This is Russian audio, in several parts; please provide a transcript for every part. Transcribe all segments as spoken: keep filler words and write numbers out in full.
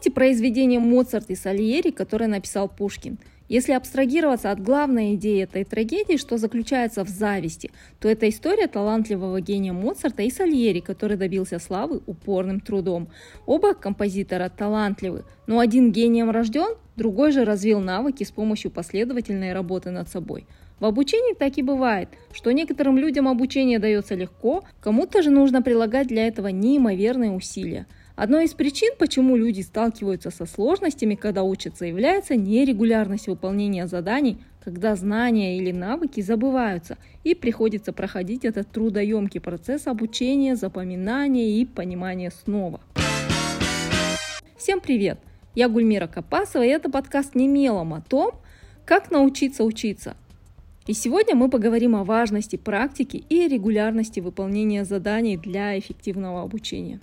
Помните произведение «Моцарт и Сальери», которое написал Пушкин? Если абстрагироваться от главной идеи этой трагедии, что заключается в зависти, то это история талантливого гения Моцарта и Сальери, который добился славы упорным трудом. Оба композитора талантливы, но один гением рожден, другой же развил навыки с помощью последовательной работы над собой. В обучении так и бывает, что некоторым людям обучение дается легко, кому-то же нужно прилагать для этого неимоверные усилия. Одной из причин, почему люди сталкиваются со сложностями, когда учатся, является нерегулярность выполнения заданий, когда знания или навыки забываются, и приходится проходить этот трудоемкий процесс обучения, запоминания и понимания снова. Всем привет! Я Гульмира Капасова, и это подкаст «Немелом» о том, как научиться учиться. И сегодня мы поговорим о важности практики и регулярности выполнения заданий для эффективного обучения.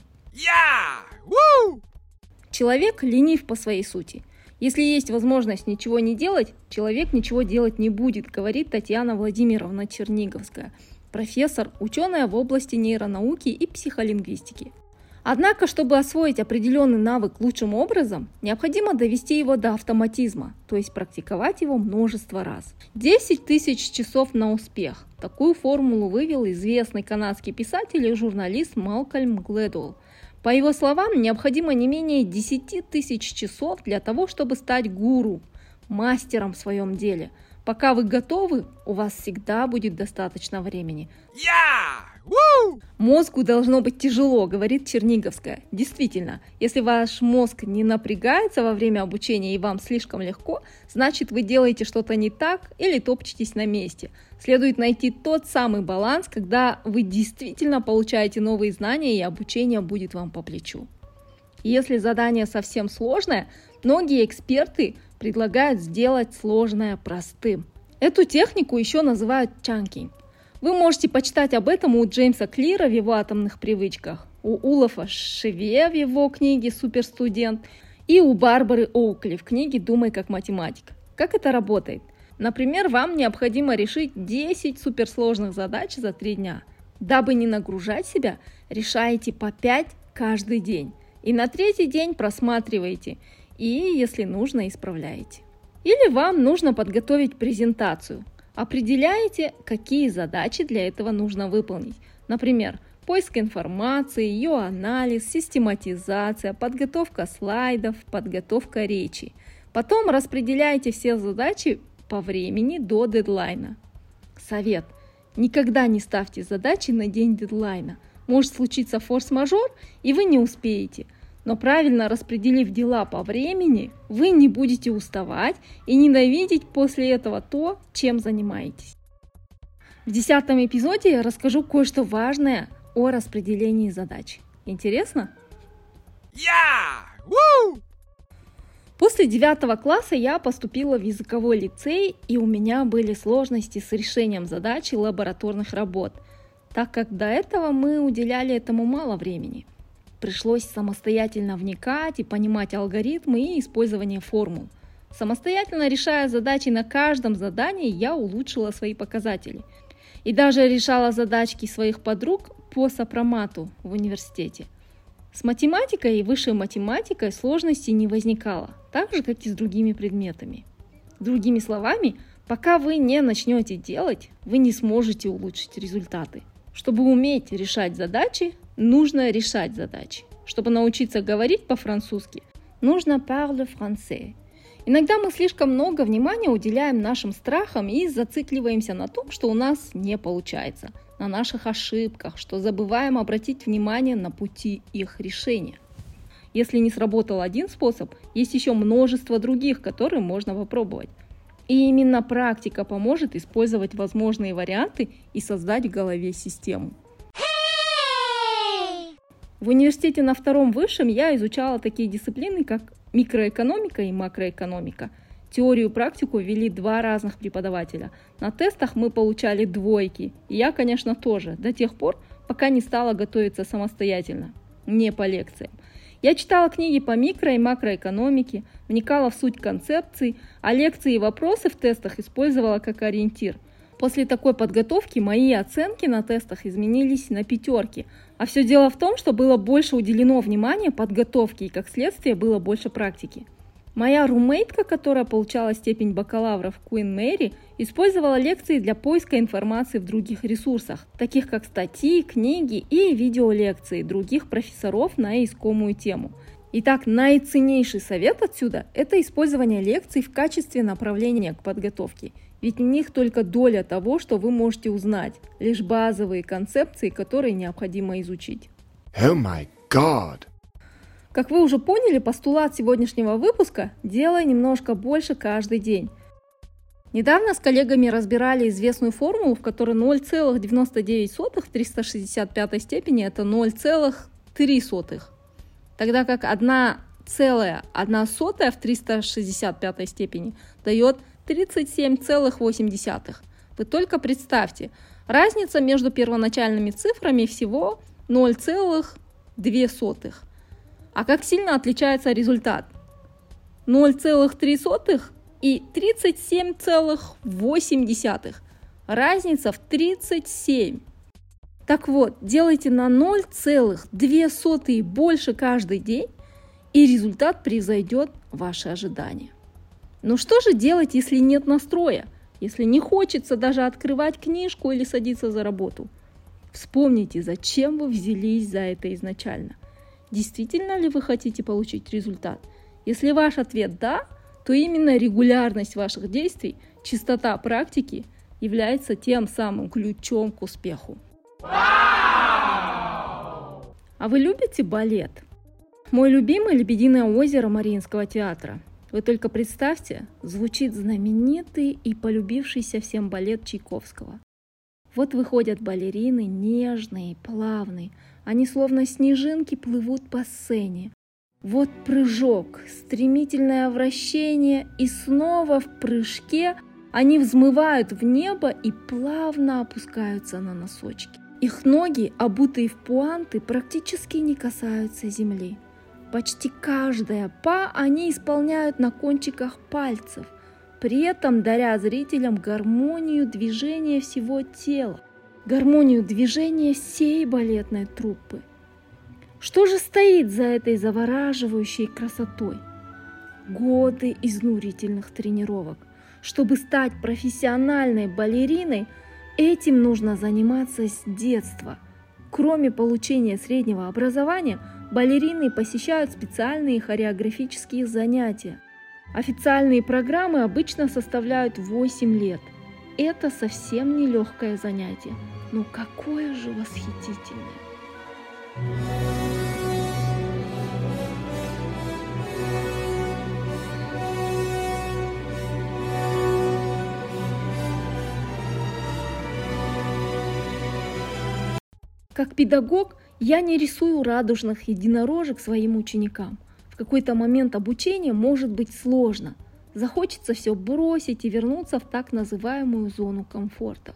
Yeah! Woo! Человек ленив по своей сути. Если есть возможность ничего не делать, человек ничего делать не будет, говорит Татьяна Владимировна Черниговская, профессор, ученая в области нейронауки и психолингвистики. Однако, чтобы освоить определенный навык лучшим образом, необходимо довести его до автоматизма, то есть практиковать его множество раз. десять тысяч часов на успех. Такую формулу вывел известный канадский писатель и журналист Малкольм Глэдуэлл. По его словам, необходимо не менее десять тысяч часов для того, чтобы стать гуру, мастером в своем деле. Пока вы готовы, у вас всегда будет достаточно времени. Yeah! Woo! Мозгу должно быть тяжело, говорит Черниговская. Действительно, если ваш мозг не напрягается во время обучения и вам слишком легко, значит вы делаете что-то не так или топчетесь на месте. Следует найти тот самый баланс, когда вы действительно получаете новые знания и обучение будет вам по плечу. Если задание совсем сложное, многие эксперты предлагают сделать сложное простым. Эту технику еще называют чанки. Вы можете почитать об этом у Джеймса Клира в его «Атомных привычках», у Улафа Шеве в его книге «Суперстудент» и у Барбары Оукли в книге «Думай как математик». Как это работает? Например, вам необходимо решить десять суперсложных задач за три дня. Дабы не нагружать себя, решаете по пять каждый день. И на третий день просматриваете и, если нужно, исправляете. Или вам нужно подготовить презентацию. Определяете, какие задачи для этого нужно выполнить. Например, поиск информации, ее анализ, систематизация, подготовка слайдов, подготовка речи. Потом распределяете все задачи по времени до дедлайна. Совет. Никогда не ставьте задачи на день дедлайна. Может случиться форс-мажор, и вы не успеете. Но правильно распределив дела по времени, вы не будете уставать и ненавидеть после этого то, чем занимаетесь. В десятом эпизоде я расскажу кое-что важное о распределении задач. Интересно? Yeah! Woo! После девятого класса я поступила в языковой лицей, и у меня были сложности с решением задач и лабораторных работ, так как до этого мы уделяли этому мало времени. Пришлось самостоятельно вникать и понимать алгоритмы и использование формул. Самостоятельно решая задачи на каждом задании, я улучшила свои показатели. И даже решала задачки своих подруг по сопромату в университете. С математикой и высшей математикой сложностей не возникало, так же, как и с другими предметами. Другими словами, пока вы не начнете делать, вы не сможете улучшить результаты. Чтобы уметь решать задачи, нужно решать задачи. Чтобы научиться говорить по-французски, нужно parler français. Иногда мы слишком много внимания уделяем нашим страхам и зацикливаемся на том, что у нас не получается, на наших ошибках, что забываем обратить внимание на пути их решения. Если не сработал один способ, есть еще множество других, которые можно попробовать. И именно практика поможет использовать возможные варианты и создать в голове систему. В университете на втором высшем я изучала такие дисциплины, как микроэкономика и макроэкономика. Теорию и практику вели два разных преподавателя. На тестах мы получали двойки, и я, конечно, тоже, до тех пор, пока не стала готовиться самостоятельно, не по лекциям. Я читала книги по микро- и макроэкономике, вникала в суть концепций, а лекции и вопросы в тестах использовала как ориентир. После такой подготовки мои оценки на тестах изменились на пятерки, А все дело в том, что было больше уделено внимания подготовке и, как следствие, было больше практики. Моя румейтка, которая получала степень бакалавра в Queen Mary, использовала лекции для поиска информации в других ресурсах, таких как статьи, книги и видеолекции других профессоров на искомую тему. Итак, наиценнейший совет отсюда – это использование лекций в качестве направления к подготовке. Ведь в них только доля того, что вы можете узнать, лишь базовые концепции, которые необходимо изучить. Oh my God! Как вы уже поняли, постулат сегодняшнего выпуска – делай немножко больше каждый день. Недавно с коллегами разбирали известную формулу, в которой ноль целых девяносто девять сотых в триста шестьдесят пятой степени – это ноль целых три сотых. Тогда как одна целая одна сотая в триста шестьдесят пятой степени дает тридцать семь целых восемь десятых. Вы только представьте, разница между первоначальными цифрами всего ноль целых две сотых. А как сильно отличается результат? ноль целых три сотых и тридцать семь целых восемь десятых. Разница в тридцать семь. Так вот, делайте на ноль целых две сотые больше каждый день, и результат превзойдет ваши ожидания. Но что же делать, если нет настроя? Если не хочется даже открывать книжку или садиться за работу? Вспомните, зачем вы взялись за это изначально. Действительно ли вы хотите получить результат? Если ваш ответ «да», то именно регулярность ваших действий, частота практики является тем самым ключом к успеху. А вы любите балет? Мой любимый «Лебединое озеро» Мариинского театра. Вы только представьте, звучит знаменитый и полюбившийся всем балет Чайковского. Вот выходят балерины нежные, плавные, они словно снежинки плывут по сцене. Вот прыжок, стремительное вращение, и снова в прыжке они взмывают в небо и плавно опускаются на носочки. Их ноги, обутые в пуанты, практически не касаются земли. Почти каждое па они исполняют на кончиках пальцев, при этом даря зрителям гармонию движения всего тела, гармонию движения всей балетной труппы. Что же стоит за этой завораживающей красотой? Годы изнурительных тренировок. Чтобы стать профессиональной балериной, этим нужно заниматься с детства. Кроме получения среднего образования, балерины посещают специальные хореографические занятия. Официальные программы обычно составляют восемь лет. Это совсем не легкое занятие, но какое же восхитительное! Как педагог я не рисую радужных единорожек своим ученикам. В какой-то момент обучения может быть сложно. Захочется все бросить и вернуться в так называемую зону комфорта.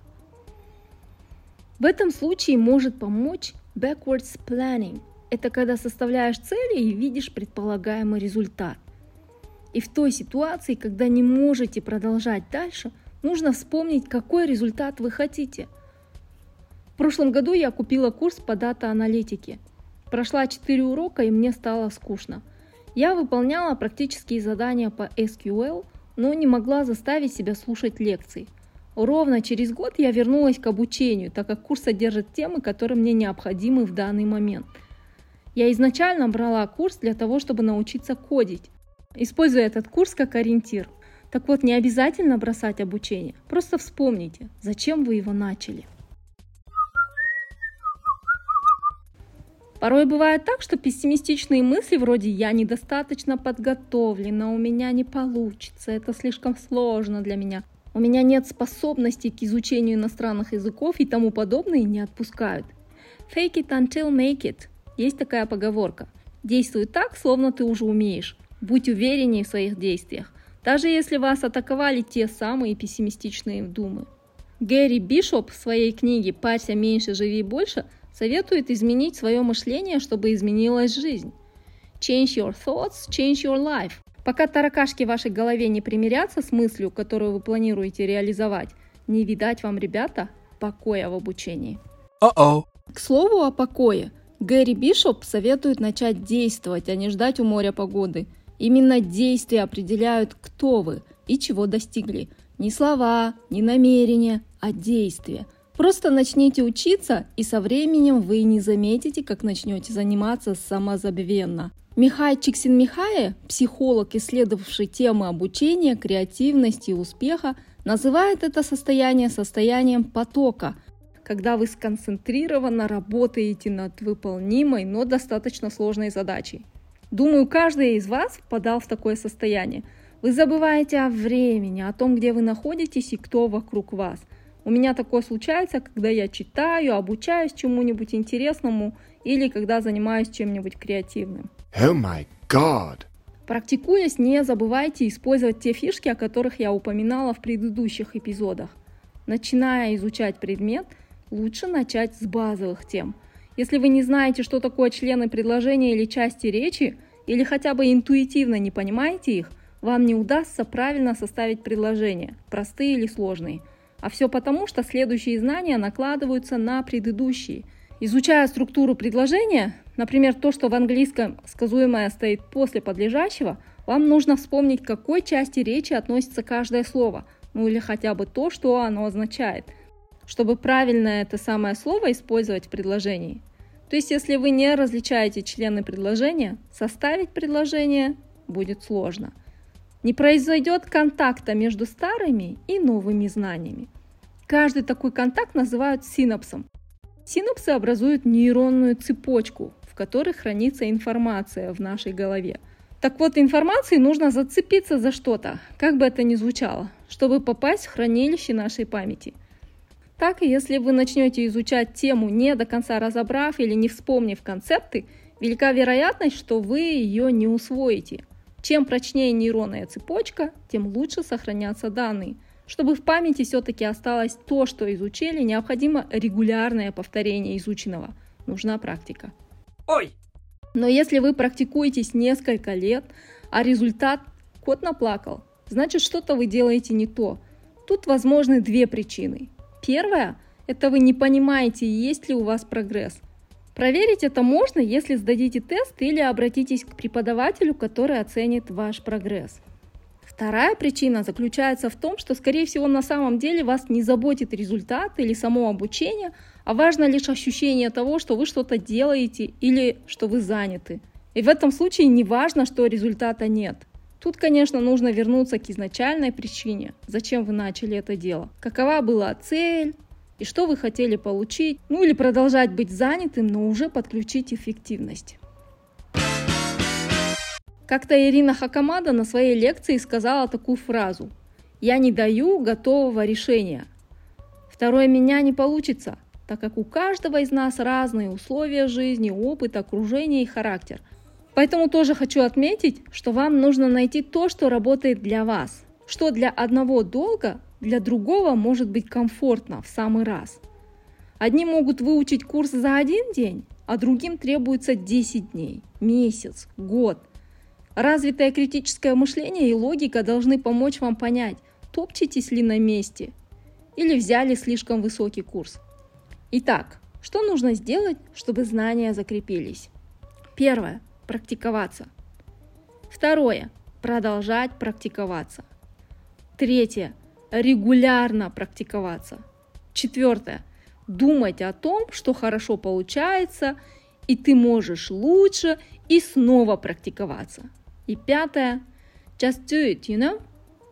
В этом случае может помочь backwards planning. Это когда составляешь цели и видишь предполагаемый результат. И в той ситуации, когда не можете продолжать дальше, нужно вспомнить, какой результат вы хотите. В прошлом году я купила курс по дата-аналитике. Прошла четыре урока, и мне стало скучно. Я выполняла практические задания по эс кью эль, но не могла заставить себя слушать лекции. Ровно через год я вернулась к обучению, так как курс содержит темы, которые мне необходимы в данный момент. Я изначально брала курс для того, чтобы научиться кодить, используя этот курс как ориентир. Так вот, не обязательно бросать обучение, просто вспомните, зачем вы его начали. Порой бывает так, что пессимистичные мысли вроде «я недостаточно подготовлена», «у меня не получится», «это слишком сложно для меня», «у меня нет способностей к изучению иностранных языков» и тому подобное не отпускают. Fake it until make it. Есть такая поговорка. Действуй так, словно ты уже умеешь. Будь увереннее в своих действиях, даже если вас атаковали те самые пессимистичные думы. Гэри Бишоп в своей книге «Парься меньше, живи больше» советует изменить свое мышление, чтобы изменилась жизнь. Change your thoughts, change your life. Пока таракашки в вашей голове не примирятся с мыслью, которую вы планируете реализовать, не видать вам, ребята, покоя в обучении. Uh-oh. К слову о покое. Гэри Бишоп советует начать действовать, а не ждать у моря погоды. Именно действия определяют, кто вы и чего достигли. Не слова, не намерения, а действия. Просто начните учиться, и со временем вы не заметите, как начнете заниматься самозабвенно. Михай Чиксинмихай, психолог, исследовавший темы обучения, креативности и успеха, называет это состояние состоянием потока, когда вы сконцентрированно работаете над выполнимой, но достаточно сложной задачей. Думаю, каждый из вас впадал в такое состояние. Вы забываете о времени, о том, где вы находитесь и кто вокруг вас. У меня такое случается, когда я читаю, обучаюсь чему-нибудь интересному или когда занимаюсь чем-нибудь креативным. Oh my God! Практикуясь, не забывайте использовать те фишки, о которых я упоминала в предыдущих эпизодах. Начиная изучать предмет, лучше начать с базовых тем. Если вы не знаете, что такое члены предложения или части речи, или хотя бы интуитивно не понимаете их, вам не удастся правильно составить предложения, простые или сложные. А все потому, что следующие знания накладываются на предыдущие. Изучая структуру предложения, например, то, что в английском сказуемое стоит после подлежащего, вам нужно вспомнить, к какой части речи относится каждое слово, ну или хотя бы то, что оно означает, чтобы правильно это самое слово использовать в предложении. То есть, если вы не различаете члены предложения, составить предложение будет сложно. Не произойдет контакта между старыми и новыми знаниями. Каждый такой контакт называют синапсом. Синапсы образуют нейронную цепочку, в которой хранится информация в нашей голове. Так вот, информации нужно зацепиться за что-то, как бы это ни звучало, чтобы попасть в хранилище нашей памяти. Так, если вы начнете изучать тему, не до конца разобрав или не вспомнив концепты, велика вероятность, что вы ее не усвоите. Чем прочнее нейронная цепочка, тем лучше сохранятся данные. Чтобы в памяти все-таки осталось то, что изучили, необходимо регулярное повторение изученного. Нужна практика. Ой! Но если вы практикуетесь несколько лет, а результат кот наплакал, значит, что-то вы делаете не то. Тут возможны две причины. Первая – это вы не понимаете, есть ли у вас прогресс. Проверить это можно, если сдадите тест или обратитесь к преподавателю, который оценит ваш прогресс. Вторая причина заключается в том, что, скорее всего, на самом деле вас не заботит результат или само обучение, а важно лишь ощущение того, что вы что-то делаете или что вы заняты. И в этом случае не важно, что результата нет. Тут, конечно, нужно вернуться к изначальной причине, зачем вы начали это дело. Какова была цель и что вы хотели получить, ну или продолжать быть занятым, но уже подключить эффективность. Как-то Ирина Хакамада на своей лекции сказала такую фразу: «Я не даю готового решения. Второе меня не получится, так как у каждого из нас разные условия жизни, опыт, окружение и характер. Поэтому тоже хочу отметить, что вам нужно найти то, что работает для вас, что для одного долго, для другого может быть комфортно в самый раз. Одни могут выучить курс за один день, а другим требуется десять дней, месяц, год. Развитое критическое мышление и логика должны помочь вам понять, топчетесь ли на месте или взяли слишком высокий курс. Итак, что нужно сделать, чтобы знания закрепились? Первое. Практиковаться. Второе. Продолжать практиковаться. Третье. Регулярно практиковаться. Четвертое. Думать о том, что хорошо получается, и ты можешь лучше, и снова практиковаться. И пятое. Just do it, you know?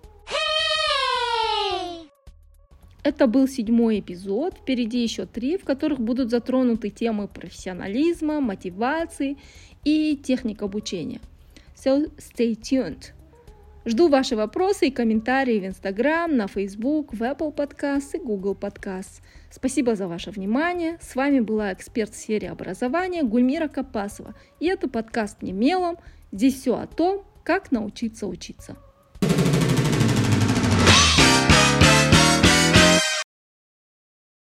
Hey! Это был седьмой эпизод. Впереди еще три, в которых будут затронуты темы профессионализма, мотивации и техник обучения. So stay tuned. Жду ваши вопросы и комментарии в Instagram, на Facebook, в Apple Podcasts и Google Podcasts. Спасибо за ваше внимание. С вами была эксперт в сфере образования Гульмира Капасова. И это подкаст «Не мелом». Здесь все о том, как научиться учиться.